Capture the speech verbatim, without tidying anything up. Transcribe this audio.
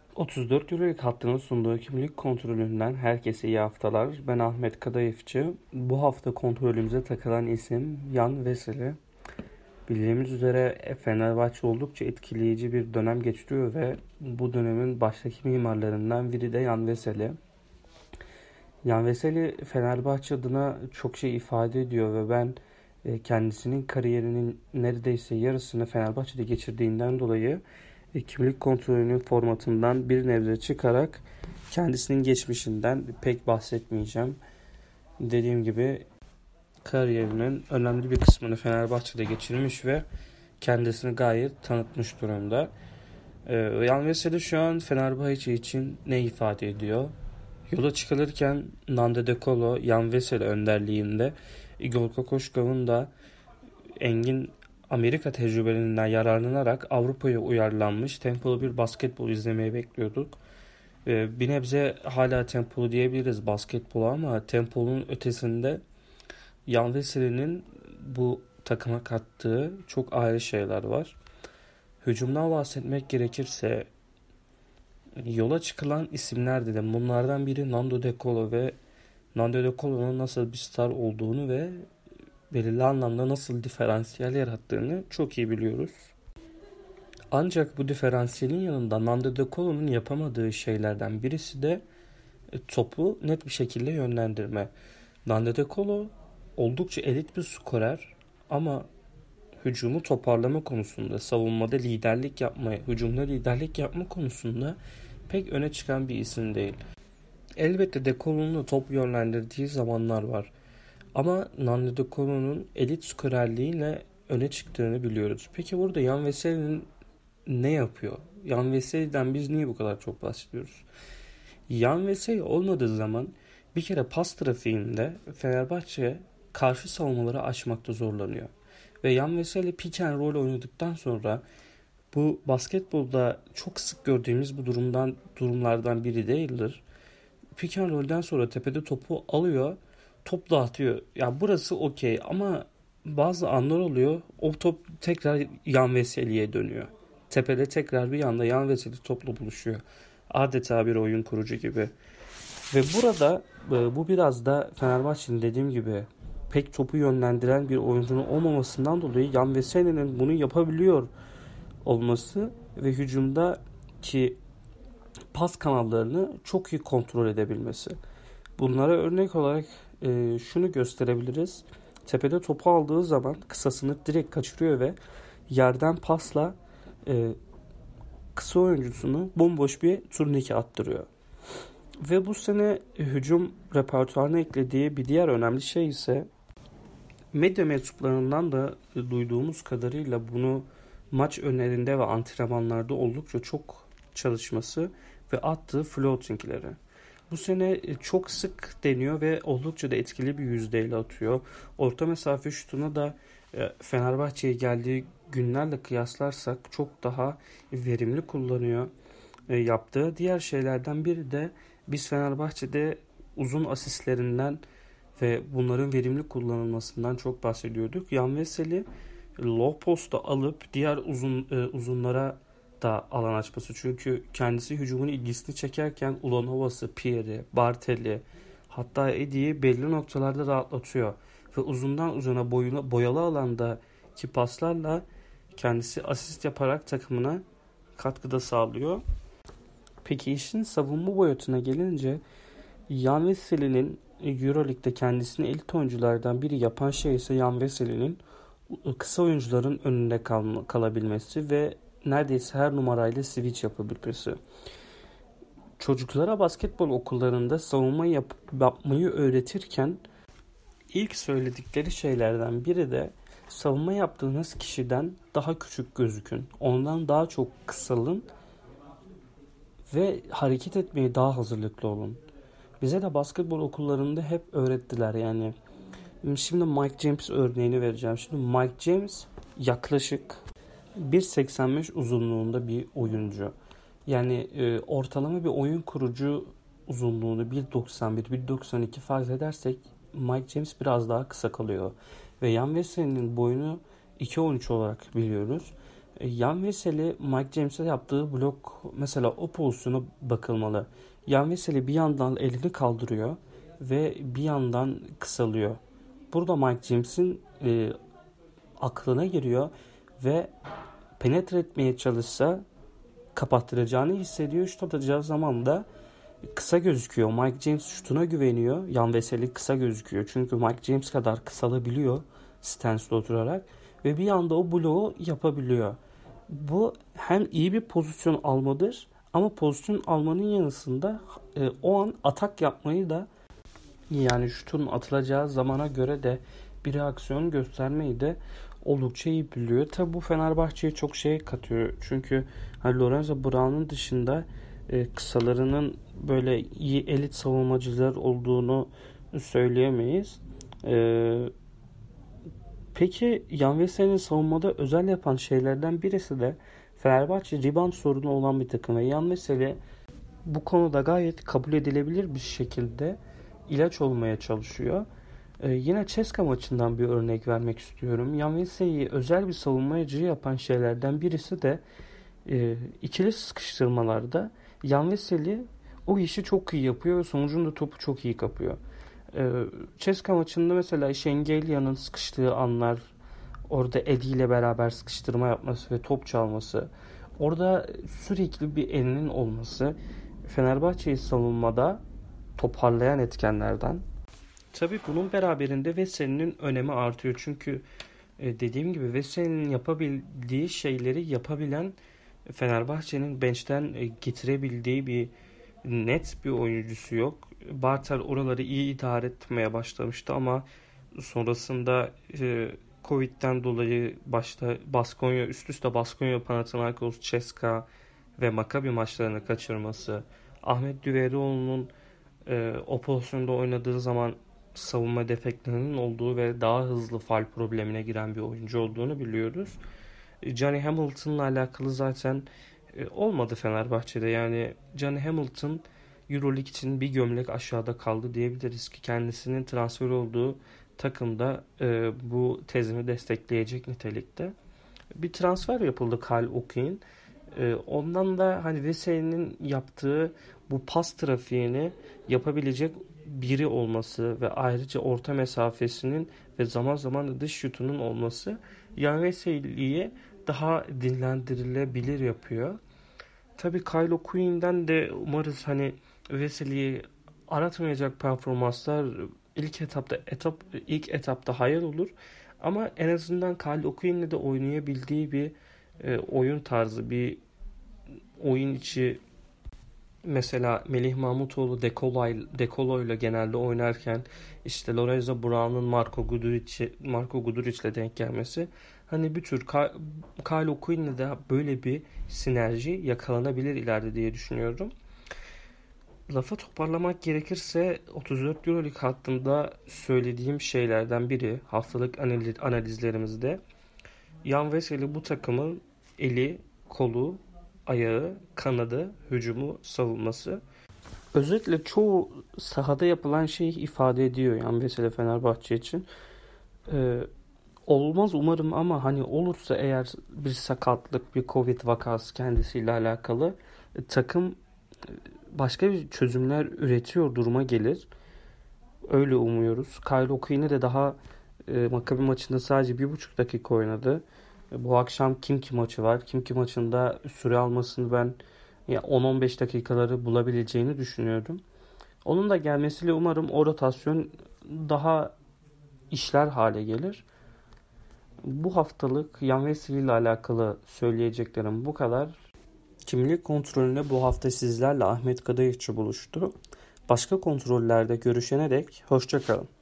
otuz dört Euroleague hattının sunduğu kimlik kontrolünden herkese iyi haftalar. Ben Ahmet Kadayıfçı. Bu hafta kontrolümüze takılan isim Jan Veseli. Bildiğimiz üzere Fenerbahçe oldukça etkileyici bir dönem geçiriyor ve bu dönemin baştaki mimarlarından biri de Jan Veseli. Jan Veseli Fenerbahçe adına çok şey ifade ediyor ve ben e, kendisinin kariyerinin neredeyse yarısını Fenerbahçe'de geçirdiğinden dolayı e, kimlik kontrolünün formatından bir nebze çıkarak kendisinin geçmişinden pek bahsetmeyeceğim. Dediğim gibi kariyerinin önemli bir kısmını Fenerbahçe'de geçirmiş ve kendisini gayet tanıtmış durumda. E, Jan Veseli şu an Fenerbahçe için ne ifade ediyor? Yola çıkılırken Nando De Colo, Jan Veseli önderliğinde Igor Kokoşkov'un da engin Amerika tecrübelerinden yararlanarak Avrupa'ya uyarlanmış tempolu bir basketbol izlemeyi bekliyorduk. Ee, bir nebze hala tempolu diyebiliriz basketbola ama tempolun ötesinde Jan Veseli'nin bu takıma kattığı çok ayrı şeyler var. Hücumdan bahsetmek gerekirse yola çıkılan isimler dedim. Bunlardan biri Nando De Colo ve Nando De Colo'nun nasıl bir star olduğunu ve belirli anlamda nasıl diferansiyel yarattığını çok iyi biliyoruz. Ancak bu diferansiyelin yanında Nando De Colo'nun yapamadığı şeylerden birisi de e, topu net bir şekilde yönlendirme. Nando De Colo oldukça elit bir skorer ama hücumu toparlama konusunda, savunmada liderlik yapma, hücumda liderlik yapma konusunda pek öne çıkan bir isim değil. Elbette De Colo'nun top yönlendirdiği zamanlar var. Ama Nando De Colo'nun elit skorerliğiyle öne çıktığını biliyoruz. Peki burada Jan Veseli'nin ne yapıyor? Jan Veseli'den biz niye bu kadar çok bahsediyoruz? Jan Veseli olmadığı zaman bir kere pas trafiğinde Fenerbahçe karşı savunmaları aşmakta zorlanıyor. Ve Jan Veseli pick and roll oynadıktan sonra bu basketbolda çok sık gördüğümüz bu durumdan durumlardan biri değildir. Pick and roll'den sonra tepede topu alıyor, top dağıtıyor. Ya burası okey ama bazı anlar oluyor. O top tekrar Jan Veseli'ye dönüyor. Tepede tekrar bir anda Jan Veseli topla buluşuyor. Adeta bir oyun kurucu gibi. Ve burada e, bu biraz da Fenerbahçe'nin dediğim gibi pek topu yönlendiren bir oyuncunun olmamasından dolayı Jan Veseli'nin bunu yapabiliyor olması ve hücumda ki pas kanallarını çok iyi kontrol edebilmesi. Bunlara örnek olarak e, şunu gösterebiliriz. Tepede topu aldığı zaman kısasını direkt kaçırıyor ve yerden pasla e, kısa oyuncusunu bomboş bir turnike attırıyor. Ve bu sene hücum repertuarına eklediği bir diğer önemli şey ise medya mensuplarından da duyduğumuz kadarıyla bunu maç önlerinde ve antrenmanlarda oldukça çok çalışması ve attığı floatingleri. Bu sene çok sık deniyor ve oldukça da etkili bir yüzdeyle atıyor. Orta mesafe şutunu da Fenerbahçe'ye geldiği günlerle kıyaslarsak çok daha verimli kullanıyor. Yaptığı diğer şeylerden biri de biz Fenerbahçe'de uzun asistlerinden ve bunların verimli kullanılmasından çok bahsediyorduk. Jan Veseli low post'ta alıp diğer uzun uzunlara da alan açması. Çünkü kendisi hücumun ilgisini çekerken Ulanova'sı, Pierre'i, Bartel'i hatta Eddie'yi belli noktalarda rahatlatıyor. Ve uzundan uzuna boyuna, boyalı alandaki paslarla kendisi asist yaparak takımına katkıda sağlıyor. Peki işin savunma boyutuna gelince Jan Veseli'nin Euroleague'de kendisini elit oyunculardan biri yapan şey ise Jan Veseli'nin kısa oyuncuların önünde kal- kalabilmesi ve neredeyse her numarayla switch yapabilmesi. Çocuklara basketbol okullarında savunma yap- yapmayı öğretirken ilk söyledikleri şeylerden biri de savunma yaptığınız kişiden daha küçük gözükün. Ondan daha çok kısalın ve hareket etmeye daha hazırlıklı olun. Bize de basketbol okullarında hep öğrettiler yani. Şimdi Mike James örneğini vereceğim. Şimdi Mike James yaklaşık bir seksen beş uzunluğunda bir oyuncu. Yani e, ortalama bir oyun kurucu uzunluğunu bir doksan bir bir doksan iki farz edersek Mike James biraz daha kısa kalıyor. Ve Jan Veseli'nin boyunu iki on üç olarak biliyoruz. E, Yan Veseli Mike James'e yaptığı blok mesela o pozisyona bakılmalı. Yan Veseli bir yandan elini kaldırıyor ve bir yandan kısalıyor. Burada Mike James'in e, aklına giriyor ve penetre etmeye çalışsa kapattıracağını hissediyor. Şut atacağı zaman da kısa gözüküyor. Mike James şutuna güveniyor. Yan Veseli kısa gözüküyor. Çünkü Mike James kadar kısalabiliyor stance'da oturarak ve bir anda o bloğu yapabiliyor. Bu hem iyi bir pozisyon almadır ama pozisyon almanın yanısında e, o an atak yapmayı da, yani şutun atılacağı zamana göre de bir reaksiyon göstermeyi de oldukça iyi biliyor. Tabi bu Fenerbahçe'ye çok şey katıyor. Çünkü hani Lorenzo Brown'un dışında e, kısalarının böyle iyi elit savunmacılar olduğunu söyleyemeyiz. E, peki Yan Veseli'nin savunmada özel yapan şeylerden birisi de Fenerbahçe rebound sorunu olan bir takım ve Yan Veseli bu konuda gayet kabul edilebilir bir şekilde ilaç olmaya çalışıyor. Ee, yine Ceska maçından bir örnek vermek istiyorum. Yan Veseli'yi özel bir savunmacı yapan şeylerden birisi de e, ikili sıkıştırmalarda Yan Veseli o işi çok iyi yapıyor ve sonucunda topu çok iyi kapıyor. Ee, Ceska maçında mesela Şengelya'nın sıkıştığı anlar, orada Eddie ile beraber sıkıştırma yapması ve top çalması, orada sürekli bir elinin olması Fenerbahçe'yi savunmada toparlayan etkenlerden. Tabii bunun beraberinde Veseli'nin önemi artıyor. Çünkü e, dediğim gibi Veseli'nin yapabildiği şeyleri yapabilen, Fenerbahçe'nin bench'ten e, getirebildiği bir net bir oyuncusu yok. Bartel oraları iyi idare etmeye başlamıştı ama sonrasında e, Covid'den dolayı başta Baskonya, üst üste Baskonya, Panathinaikos, Ceska ve Maccabi maçlarını kaçırması, Ahmet Düverioğlu'nun e, o pozisyonda oynadığı zaman savunma defeklerinin olduğu ve daha hızlı faul problemine giren bir oyuncu olduğunu biliyoruz. E, Johnny Hamilton'la alakalı zaten e, olmadı Fenerbahçe'de. Yani Johnny Hamilton Euroleague için bir gömlek aşağıda kaldı diyebiliriz ki kendisinin transfer olduğu takımda e, bu tezimi destekleyecek nitelikte. Bir transfer yapıldı Kyle O'Quinn. E, ondan da hani Veseli'nin yaptığı bu pas trafiğini yapabilecek biri olması ve ayrıca orta mesafesinin ve zaman zaman da dış şutunun olması Yan Veseli'yi daha dinlendirilebilir yapıyor. Tabii Kyle O'Quinn'den de umarız hani Veseli'yi aratmayacak performanslar ilk etapta etap ilk etapta hayal olur. Ama en azından Kyle O'Quinn'le de oynayabildiği bir e, oyun tarzı, bir oyun içi, mesela Melih Mahmutoğlu Dekolo ile genelde oynarken işte Lorenzo Brown'un Marko Guduric Marko Guduric'le denk gelmesi, hani bir tür Kyle O'Quinn'le de böyle bir sinerji yakalanabilir ileride diye düşünüyorum. Lafı toparlamak gerekirse otuz dört Euroleague hattında söylediğim şeylerden biri haftalık analizlerimizde Yan Veseli bu takımın eli, kolu, ayağı, kanadı, hücumu, savunması. Özellikle çoğu sahada yapılan şeyi ifade ediyor Yan Veseli Fenerbahçe için. Ee, olmaz umarım ama hani olursa eğer bir sakatlık, bir Covid vakası kendisiyle alakalı e, takım e, başka bir çözümler üretiyor duruma gelir. Öyle umuyoruz. Kyle O'Quinn'e de daha e, Maccabi maçında sadece bir buçuk dakika oynadı. E, bu akşam Kimki maçı var. Kimki maçında süre almasını ben ya on on beş dakikaları bulabileceğini düşünüyorum. Onun da gelmesiyle umarım o rotasyon daha işler hale gelir. Bu haftalık Yan Veseli ile alakalı söyleyeceklerim bu kadar. Kimlik kontrolüne bu hafta sizlerle Ahmet Kadayıfçı buluştu. Başka kontrollerde görüşene dek hoşça kalın.